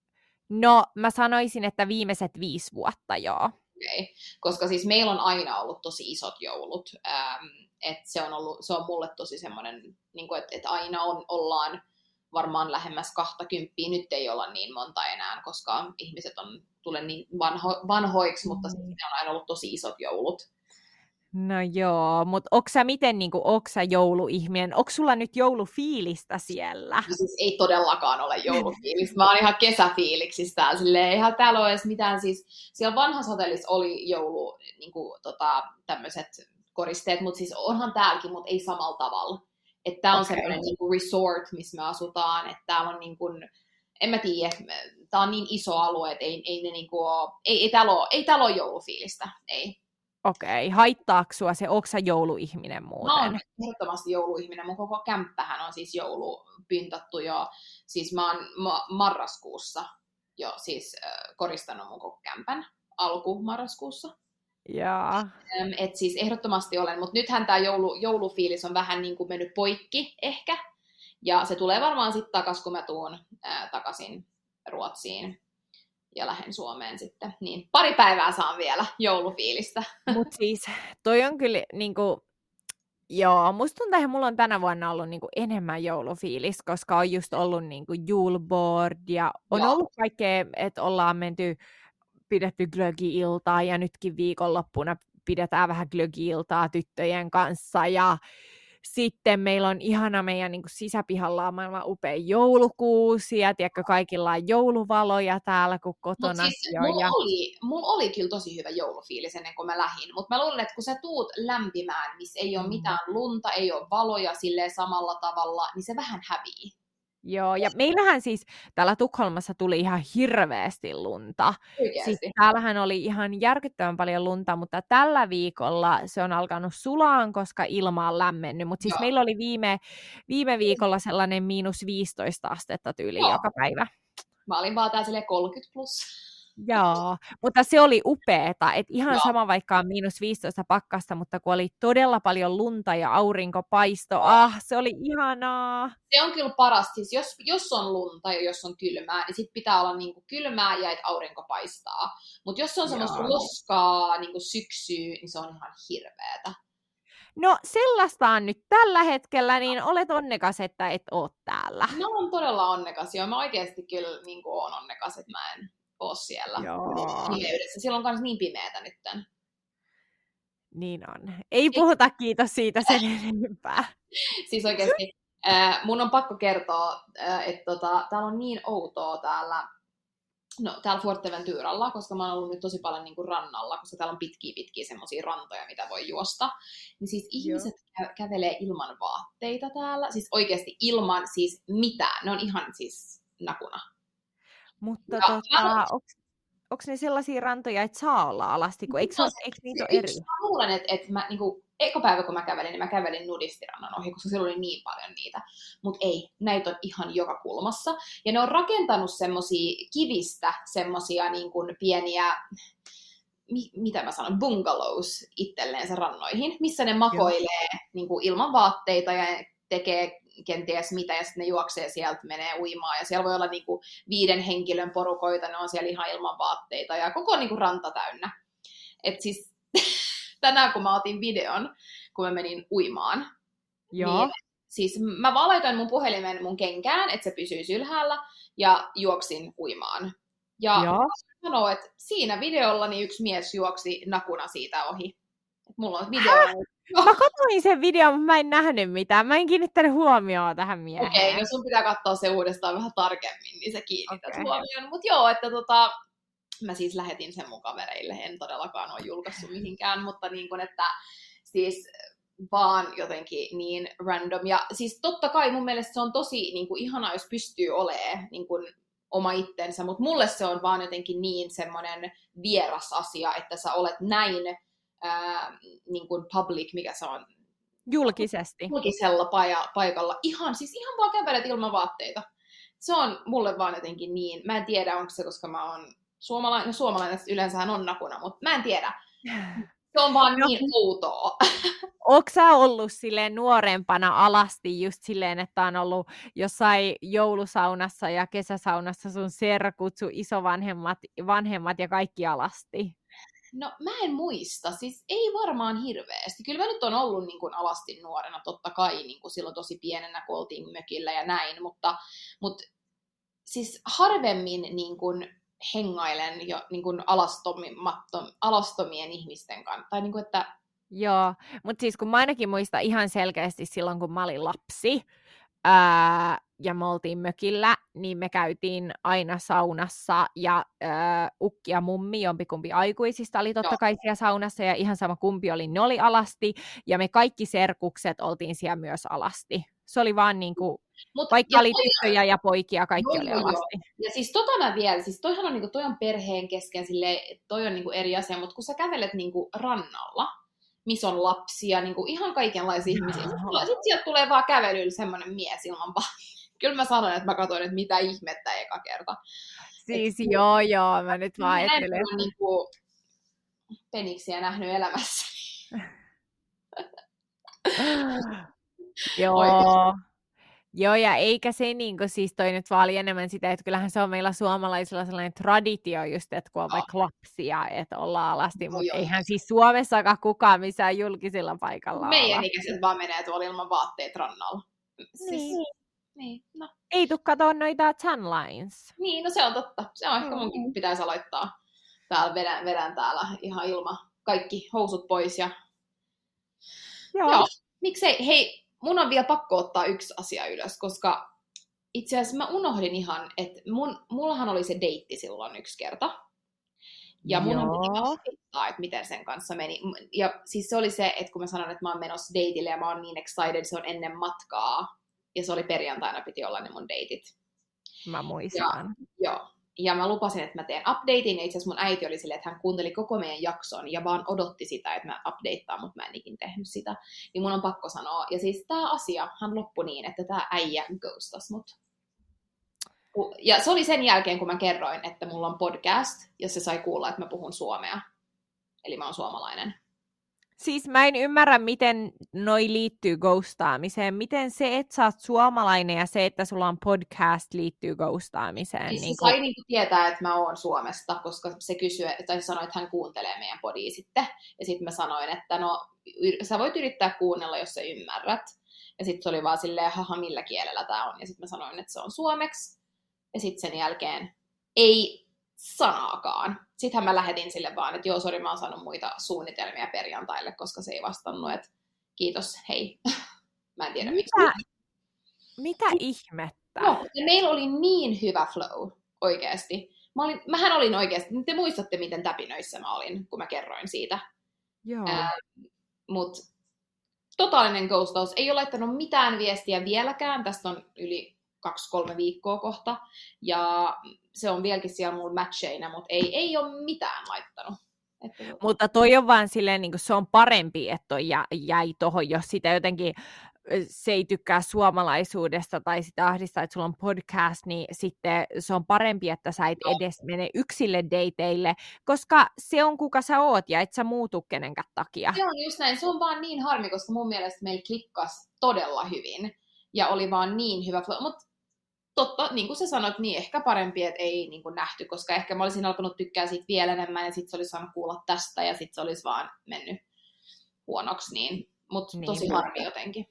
No, mä sanoisin, että viimeiset viisi vuotta, joo. Okay. Koska siis meillä on aina ollut tosi isot joulut. Ähm, et se, on ollut, se on mulle tosi semmoinen, niin että et aina on, ollaan varmaan lähemmäs kaksikymmentä. Nyt ei olla niin monta enää, koska ihmiset on tulee niin vanho, vanhoiksi, mutta mm. ne on aina ollut tosi isot joulut. No joo, mutta onko sä miten, niin kuin, onko sä jouluihminen? Onko sulla nyt joulufiilistä siellä? No siis ei todellakaan ole joulufiilistä. Mä oon ihan kesäfiiliksistä. Silleen, eihän täällä ole edes mitään. Siis, siellä vanhassa hotellissa oli joulu, niin kuin, tota, tämmöiset koristeet, mutta siis onhan täälläkin, mutta ei samalla tavalla. Että tää on okay. semmoinen niin kuin resort, missä me asutaan. Että täällä on niin kuin, en mä tiedä, tää on niin iso alue, että ei, ei, ne niin kuin ole, ei, ei, täällä ole, ei täällä ole joulufiilistä, ei. Okei, okay. Haittaako sua se, onko sä jouluihminen muuten? Mä oon ehdottomasti jouluihminen. Mun koko kämppähän on siis joulupyntattu jo, siis mä oon ma- marraskuussa jo siis äh, koristanut mun koko kämpän, alku marraskuussa. Jaa. Ähm, et siis ehdottomasti olen, mutta nythän tää joulu, joulufiilis on vähän niin kuin mennyt poikki ehkä, ja se tulee varmaan sitten takas, kun mä tuun äh, takaisin Ruotsiin. Ja lähden Suomeen sitten. Niin pari päivää saan vielä joulufiilistä. Mut siis toi on kyllä niinku, joo, musta tuntuu, että mulla on tänä vuonna ollut niinku enemmän joulufiilis, koska on just ollut niinku juleboard ja on joo. ollut kaikkea, että ollaan menty, pidetty glögi-iltaa ja nytkin viikonloppuna pidetään vähän glögi-iltaa tyttöjen kanssa ja Sitten meillä on ihana meidän niin kuin sisäpihalla on maailman upea joulukuusi ja tiedätkö, kaikilla on jouluvaloja täällä, kun kotona siis, on. mulla, Ja... oli, mulla oli kyllä tosi hyvä joulufiilis ennen kuin mä lähdin, mutta mä luulen, että kun sä tuut lämpimään, missä ei ole mitään lunta, ei ole valoja silleen samalla tavalla, niin se vähän hävii. Joo, ja meillähän siis täällä Tukholmassa tuli ihan hirveästi lunta. Oikeasti. Siis täällähän oli ihan järkyttävän paljon lunta, mutta tällä viikolla se on alkanut sulaan, koska ilma on lämmennyt. Mutta siis Joo. meillä oli viime, viime viikolla sellainen miinus viisitoista astetta tyyliin joka päivä. Mä olin vaan tää silleen kolmekymmentä plus. Joo, mutta se oli upeeta, että ihan Joo. sama vaikka on miinus viisitoista pakkasta, mutta kun oli todella paljon lunta ja aurinko paisto, ah, se oli ihanaa. Se on kyllä paras, siis jos, jos on lunta ja jos on kylmää, niin sit pitää olla niinku kylmää ja että aurinko paistaa. Mutta jos on semmoista Joo. loskaa niinku syksyä, niin se on ihan hirveetä. No sellaista on nyt tällä hetkellä, niin olet onnekas, että et oo täällä. Mä oon todella onnekas, joo. Mä oikeasti kyllä niin kuin oon onnekas, että mä en oo siellä pimeydessä. Siellä on kans niin pimeätä nytten. Niin on. Ei puhuta kiitos siitä sen enempää. Siis oikeasti äh, mun on pakko kertoa, äh, että tota, täällä on niin outoa täällä, no täällä Fuerteventuralla, koska mä oon ollut nyt tosi paljon niin kuin rannalla, koska täällä on pitkiä pitkiä semmosia rantoja, mitä voi juosta. Niin siis ihmiset kä- kävelee ilman vaatteita täällä, siis oikeasti ilman siis mitään. Ne on ihan siis nakuna. Mutta Ja tota, mä- onko ne sellaisia rantoja, että saa olla alasti, kun eikö, No, ole, eikö niitä ole eri? Yksi, mä luulen, että, että mä, niin kuin, eka päivä kun mä kävelin, niin mä kävelin nudistirannan ohi, koska siellä oli niin paljon niitä. Mutta ei, näitä on ihan joka kulmassa. Ja ne on rakentanut semmosia kivistä, semmosia niin kuin pieniä, mi, mitä mä sanon, bungalows itselleensä rannoihin, missä ne makoilee niin kuin ilman vaatteita ja tekee kenties mitä, ja sitten ne juoksee sieltä, menee uimaan, ja siellä voi olla niinku viiden henkilön porukoita, ne on siellä ihan ilman vaatteita, ja koko niinku ranta täynnä. Et siis tänään, kun mä otin videon, kun mä menin uimaan, Joo. niin siis mä vaan laitoin mun puhelimen mun kenkään, että se pysyisi ylhäällä, ja juoksin uimaan. Ja sanoo, että siinä videolla niin yksi mies juoksi nakuna siitä ohi. Et mulla on video. Mä katsoin sen videon, mutta mä en nähnyt mitään. Mä en kiinnittänyt huomioon tähän mieheen. Okei, okay, no sun pitää katsoa se uudestaan vähän tarkemmin, niin sä kiinnität okay. huomioon. Mutta joo, että tota, mä siis lähetin sen mun kavereille, en todellakaan ole julkaissut mihinkään, mutta niin kun, että siis vaan jotenkin niin random. Ja siis totta kai mun mielestä se on tosi niin kuin ihanaa, jos pystyy olemaan niin kuin oma itsensä, mutta mulle se on vaan jotenkin niin semmoinen vieras asia, että sä olet näin ää, niin kuin public, mikä se on? Julkisesti. Julkisella paja- paikalla. Ihan, siis ihan vaan kävelet ilman vaatteita. Se on mulle vaan jotenkin niin. Mä en tiedä, onko se, koska mä oon suomalainen. No suomalainen yleensähän on nakuna, mutta mä en tiedä. Se on vaan no. niin outoa. Ootko sä ollut silleen nuorempana alasti just silleen, että on ollut jossain joulusaunassa ja kesäsaunassa sun serkut, sun isovanhemmat vanhemmat ja kaikki alasti? No mä en muista, siis ei varmaan hirveästi. Kyllä mä nyt on ollut niin kuin alasti nuorena, totta kai niin kuin silloin tosi pienenä, kun oltiin mökillä ja näin, mutta, mutta siis harvemmin niin kuin hengailen jo niin kuin alastomien ihmisten kanssa. Tai niin kuin, että... Joo, mutta siis kun mä ainakin muistan ihan selkeästi silloin, kun mä olin lapsi, ää, ja me oltiin mökillä, niin me käytiin aina saunassa, ja ää, ukki ja mummi, jompikumpi aikuisista, oli totta Joo. kai siellä saunassa, ja ihan sama kumpi oli, ne oli alasti, ja me kaikki serkukset oltiin siellä myös alasti. Se oli vaan niin kuin, Mut, vaikka oli toi... tyttöjä ja poikia, kaikki joo, oli alasti. Joo. Ja siis tota mä vielä, siis toihan on, niin kuin, toi on perheen kesken, silleen, toi on niin kuin eri asia, mutta kun sä kävelet niin kuin rannalla, missä on lapsia, niin kuin ihan kaikenlaisia ihmisiä. Sitten sieltä tulee vaan kävelyllä semmoinen mies ilman vaan. Kyllä mä sanoin, että mä katsoin, että mitä ihmettä eka kerta. Siis et, joo, joo, mä nyt vaan ajattelen. Mä en niin kuin peniksiä nähnyt elämässä. Joo. Oikein. Joo, ja eikä se niin kuin, siis toi nyt vaan oli enemmän sitä, että kyllähän se on meillä suomalaisilla sellainen traditio just, että kun on no. vaikka lapsia, että ollaan alasti, no, mutta joo. eihän siis Suomessakaan kukaan missään julkisilla paikalla meidän olla. ikäiset vaan menee tuolla ilman vaatteet rannalla. Siis, niin. niin, no. Ei tuu katoa noita tan lines. Niin, no se on totta. Se on mm. ehkä munkin pitäisi aloittaa. Täällä vedän, vedän täällä ihan ilman kaikki housut pois. Ja... Joo. joo. Miksei, hei, mun on vielä pakko ottaa yksi asia ylös, koska itse asiassa mä unohdin ihan, että mun, mullahan oli se deitti silloin yksi kerta. Ja mun on piti että miten sen kanssa meni. Ja siis se oli se, että kun mä sanon, että mä oon menossa dateille ja mä oon niin excited, se on ennen matkaa. Ja se oli perjantaina, piti olla ne mun deitit. Mä muistan. Ja, joo. Ja mä lupasin, että mä teen updatein, ja itse asiassa mun äiti oli silleen, että hän kuunteli koko meidän jakson, ja vaan odotti sitä, että mä updatetaan, mutta mä en ikin tehnyt sitä. Niin mun on pakko sanoa. Ja siis tää asiahan loppui niin, että tää äijä ghostas mut. Ja se oli sen jälkeen, kun mä kerroin, että mulla on podcast, ja se sai kuulla, että mä puhun suomea. Eli mä oon suomalainen. Siis mä en ymmärrä, miten noi liittyy ghostaamiseen. Miten se, että sä oot suomalainen ja se, että sulla on podcast, liittyy ghostaamiseen? Siis niin se sai niin kuin tietää, että mä oon Suomesta, koska se kysyi, tai se sanoi, että hän kuuntelee meidän podia sitten. Ja sitten mä sanoin, että no, sä voit yrittää kuunnella, jos sä ymmärrät. Ja sitten se oli vaan silleen, haha, millä kielellä tää on. Ja sitten mä sanoin, että se on suomeksi. Ja sitten sen jälkeen ei sanaakaan. Sittenhän mä lähetin sille vaan, että joo, sori, mä oon saanut muita suunnitelmia perjantaille, koska se ei vastannut, että kiitos, hei. Mä en tiedä miksi. Mitä, mitä ihmettä? No, meillä oli niin hyvä flow, oikeasti. Mä olin, mähän olin oikeasti, te muistatte, miten täpinöissä mä olin, kun mä kerroin siitä. Joo. Ää, mut totaalinen ghostaus. Ei ole laittanut mitään viestiä vieläkään. Tästä on yli kaksi, kolme viikkoa kohta. Ja se on vieläkin siellä mulla matcheina, mutta ei, ei ole mitään laittanut. Että... Mutta toi on vaan silleen, niin kuin se on parempi, että toi jä, jäi tohon, jos sitä jotenkin se ei tykkää suomalaisuudesta tai sitä ahdistaa, että sulla on podcast, niin sitten se on parempi, että sä et edes mene yksille dateille, koska se on kuka sä oot ja et sä muutu kenenkään takia. Se on just näin, se on vaan niin harmi, koska mun mielestä meillä klikkasi todella hyvin ja oli vaan niin hyvä flow, mutta totta, niin kuin sä sanoit, niin ehkä parempi, että ei niin kuin nähty, koska ehkä mä olisin alkanut tykkää siitä vielä enemmän ja sit se olisi saanut kuulla tästä ja sit se olisi vaan mennyt huonoksi, niin, mutta niin, tosi harmi jotenkin.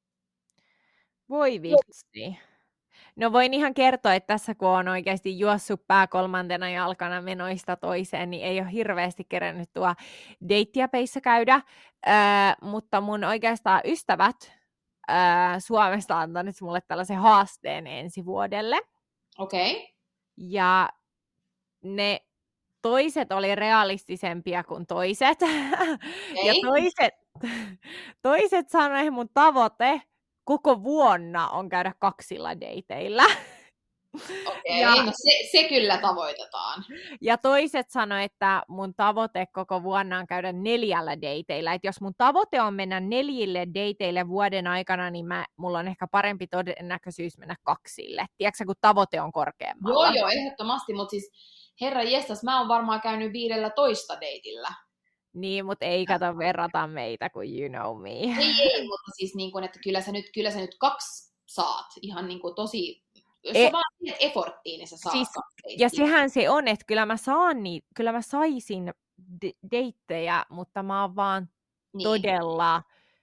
Voi vitsi. No voin ihan kertoa, että tässä kun on oikeasti juossut pää kolmantena jalkana menoista toiseen, niin ei ole hirveästi kerennyt tuo deittiäpeissä käydä, öö, mutta mun oikeastaan ystävät öö, Suomesta antanut mulle tällaisen haasteen ensi vuodelle. Okei. Okay. Ja ne toiset oli realistisempia kuin toiset. Okay. Ja toiset, toiset sanoivat, mun tavoite koko vuonna on käydä kaksilla dateilla. Okei, okay, no se, se kyllä tavoitetaan. Ja toiset sanoi, että mun tavoite koko vuonna on käydä neljällä dateilla. Että jos mun tavoite on mennä neljille dateille vuoden aikana, niin mä, mulla on ehkä parempi todennäköisyys mennä kaksille. Tiedätkö, kun tavoite on korkeammalla? Joo, joo, ehdottomasti. Mutta siis herra jestas, mä oon varmaan käynyt viidellä toista dateilla. Niin, mutta ei kato verrata meitä kuin you know me. Ei, ei, mutta siis niin kuin, että kyllä sä nyt, kyllä sä nyt kaksi saat ihan niin kuin tosi, jos e- sä vaan teet efforttiin, niin sä saat siis, kaksi. Ja sehän se on, että kyllä mä saan niin, kyllä mä saisin d- deittejä, mutta mä oon vaan niin. todella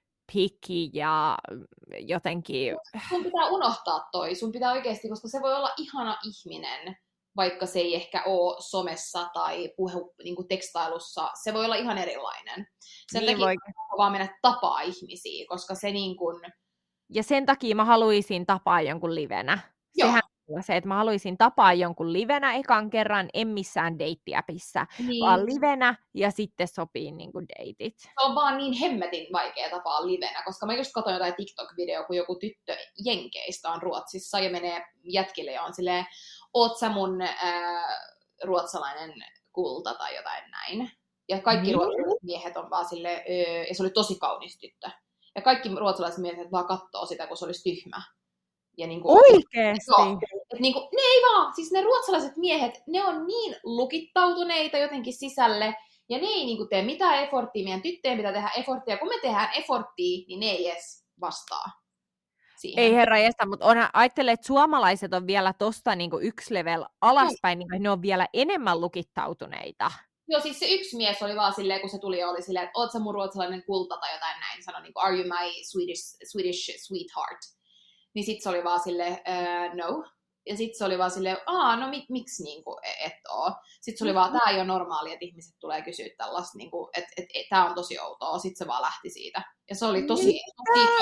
picky ja jotenkin... Sun pitää unohtaa toi, sun pitää oikeasti, koska se voi olla ihana ihminen, vaikka se ei ehkä ole somessa tai puhe, niin kuin tekstailussa, se voi olla ihan erilainen. Sen niin takia voi... vaan mennä tapaa ihmisiä, koska se niin kuin... Ja sen takia mä haluaisin tapaa jonkun livenä. Joo. Sehän on se, että mä haluaisin tapaa jonkun livenä ekan kerran, en missään deittiäpissä, niin. vaan livenä ja sitten sopii niin kuin deitit. Se on vaan niin hemmetin vaikea tapaa livenä, koska mä just katsoin jotain TikTok-videoa, kun joku tyttö Jenkeistä on Ruotsissa ja menee jätkille ja on silleen, oot sä mun ää, ruotsalainen kulta tai jotain näin. Ja kaikki niin. ruotsalaiset miehet on vaan silleen, öö, ja se oli tosi kaunis tyttö. Ja kaikki ruotsalaiset miehet vaan kattoo sitä, kun se olisi tyhmä. Ja niin kuin, oikeesti? Joo, et niin kuin, ne ei vaan, siis ne ruotsalaiset miehet, ne on niin lukittautuneita jotenkin sisälle, ja ne ei niin kuin tee mitään efforttia, meidän tyttöjen pitää tehdä efforttia. Kun me tehdään efforttia, niin ne ei edes vastaa siihen. Ei herra jästä, mutta onhan, ajattele, että suomalaiset on vielä tosta niin kuin yksi level alaspäin, niin kuin ne on vielä enemmän lukittautuneita. Joo, siis se yksi mies oli vaan silleen, kun se tuli ja oli silleen, että oot sä mun ruotsalainen kulta tai jotain näin, sanoi niin kuin, are you my Swedish, Swedish sweetheart? Niin sit se oli vaan silleen, uh, no. Ja sit se oli vaan silleen, aa, no mik, miksi niinku et oo? Sit se oli vaan, tää ei ole normaali, että ihmiset tulee kysyä tällaista, niinku, että et, et, tää on tosi outoa. Sit se vaan lähti siitä. Ja se oli tosi, tosi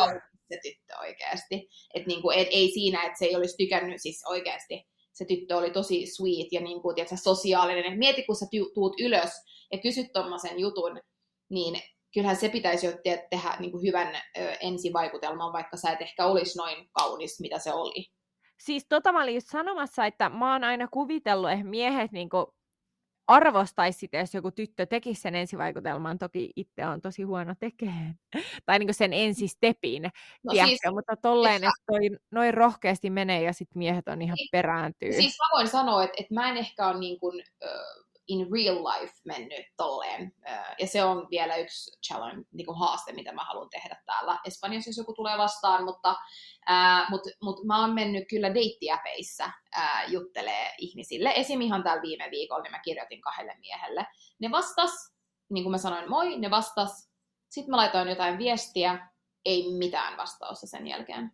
se tyttö oikeasti. Että niinku, et, ei siinä, että se ei olisi tykännyt, siis oikeasti se tyttö oli tosi sweet ja niinku, tiedätkö, sosiaalinen. Et mieti, kun sä tuut ylös ja kysyt tommosen jutun, niin kyllähän se pitäisi jo te- tehdä niinku hyvän ö, ensivaikutelman, vaikka sä et ehkä olisi noin kaunis, mitä se oli. Siis tota mä olin just sanomassa, että mä oon aina kuvitellut, että miehet niinku arvostaisi sitä, jos joku tyttö tekisi sen ensivaikutelman. Toki itse on tosi huono tekemään. Tai niinku sen ensistepin, No tiedätkö? siis, Mutta tolleen, että että toi noin rohkeasti menee ja sit miehet on ihan perääntyy. siis mä voin sanoa, että, että mä en ehkä ole niin kuin, uh, in real life mennyt tolleen. Uh, ja se on vielä yksi challenge, niin kuin haaste, mitä mä haluan tehdä täällä Espanjassa, jos joku tulee vastaan. Mutta uh, mut, mut mä oon mennyt kyllä deittiäpeissä uh, juttelee ihmisille. Esim. Ihan täällä viime viikolla niin mä kirjoitin kahdelle miehelle. Ne vastas, niin kuin mä sanoin moi, ne vastas. Sitten mä laitoin jotain viestiä, ei mitään vastausta sen jälkeen.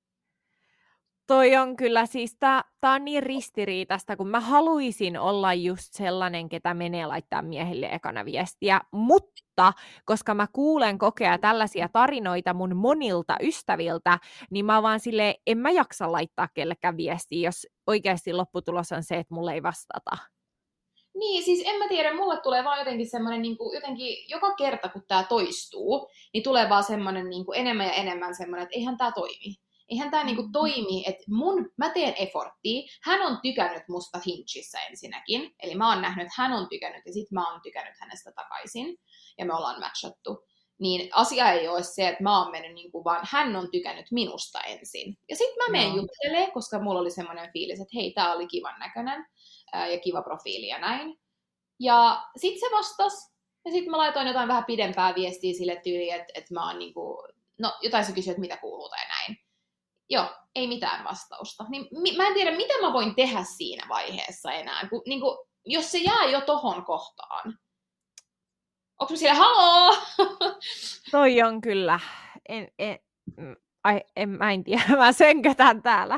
Toi on kyllä, siis tää, tää on niin ristiriitasta, kun mä haluaisin olla just sellainen, ketä menee laittaa miehille ekana viestiä, mutta koska mä kuulen kokea tällaisia tarinoita mun monilta ystäviltä, niin mä vaan silleen, en mä jaksa laittaa kellekään viestiä, jos oikeasti lopputulos on se, että mulle ei vastata. Niin, siis en mä tiedä, mulle tulee vaan jotenkin semmoinen, niin kuin, jotenkin joka kerta kun tää toistuu, niin tulee vaan semmoinen niin kuin enemmän ja enemmän semmoinen, että eihän tää toimi. Eihän tää niinku toimi, että mun, mä teen efforttia, hän on tykännyt musta Hinchissä ensinnäkin, eli mä oon nähnyt, että hän on tykännyt ja sit mä oon tykännyt hänestä takaisin, ja me ollaan matchattu. Niin asia ei ole se, että mä oon mennyt niinku, vaan hän on tykännyt minusta ensin. Ja sit mä menen no. juttelemaan, koska mulla oli semmoinen fiilis, että hei, tää oli kivan näköinen ää, ja kiva profiili ja näin. Ja sit se vastas, ja sit mä laitoin jotain vähän pidempää viestiä sille tyyliin, että, että mä oon niinku, no jotain se kysyi, että mitä kuuluu tai näin. Joo, ei mitään vastausta. Niin, mi- mä en tiedä, mitä mä voin tehdä siinä vaiheessa enää, kun, niin kuin, jos se jää jo tohon kohtaan. Onko mä siellä, haloo? Toi on kyllä. En, en, ai, en, mä en tiedä, mä sönkötän täällä.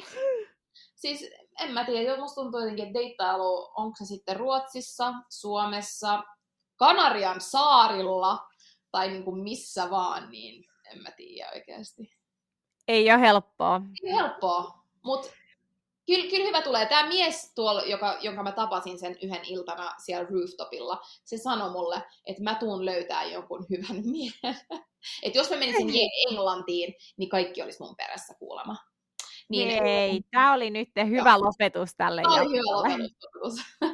Siis en mä tiedä, musta tuntuu jotenkin, että deittailu, onko se sitten Ruotsissa, Suomessa, Kanarian saarilla tai niin kuin missä vaan, niin en mä tiedä oikeasti. Ei ole helppoa. Ei ole helppoa, mutta kyllä, kyllä hyvä tulee. Tämä mies tuolla, joka, jonka mä tapasin sen yhden iltana siellä rooftopilla, se sanoi mulle, että mä tuun löytää jonkun hyvän miehen. Että jos mä menisin Englantiin, niin kaikki olisi mun perässä kuulemma. Niin, Ei, tämä oli nyt hyvä joo. lopetus tälle jaksolle. Tämä oli hyvä lopetus.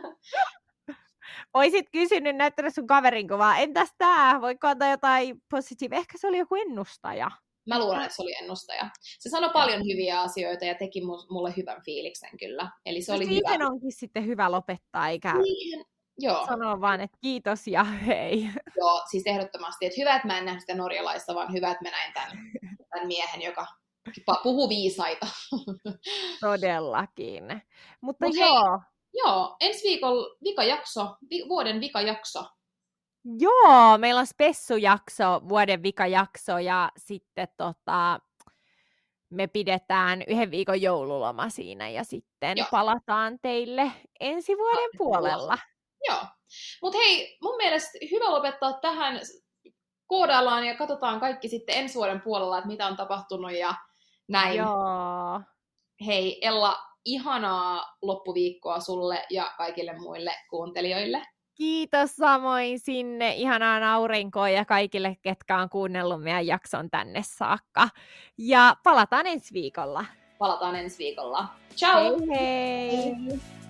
Oisit kysynyt, näyttänyt sun kaverin kuvaa. Entäs tää? Voiko antaa jotain positiivista? Ehkä se oli joku ennustaja. Mä luulen, että se oli ennustaja. Se sanoi paljon hyviä asioita ja teki mulle hyvän fiiliksen kyllä. Eli se no oli siihen hyvä. onkin sitten hyvä lopettaa, eikä siihen, joo. sanoa vaan, että kiitos ja hei. Joo, siis ehdottomasti. Että hyvä, että mä en nähnyt sitä norjalaista, vaan hyvä, että mä näin tämän, tämän miehen, joka puhuu viisaita. Todellakin. Mutta Mut joo. Hei, joo, ensi viikolla vikajakso, vi- vuoden vikajakso. Joo, meillä on spessujakso, vuoden vikajakso ja sitten tota, me pidetään yhden viikon joululoma siinä ja sitten Joo. palataan teille ensi vuoden no, puolella. Joo, mutta hei, mun mielestä hyvä lopettaa tähän, koodaillaan ja katsotaan kaikki sitten ensi vuoden puolella, että mitä on tapahtunut ja näin. Joo. Hei Ella, ihanaa loppuviikkoa sulle ja kaikille muille kuuntelijoille. Kiitos samoin sinne, ihanaan aurinkoa ja kaikille, ketkä on kuunnellut meidän jakson tänne saakka. Ja palataan ensi viikolla. Palataan ensi viikolla. Ciao! Hei hei! hei.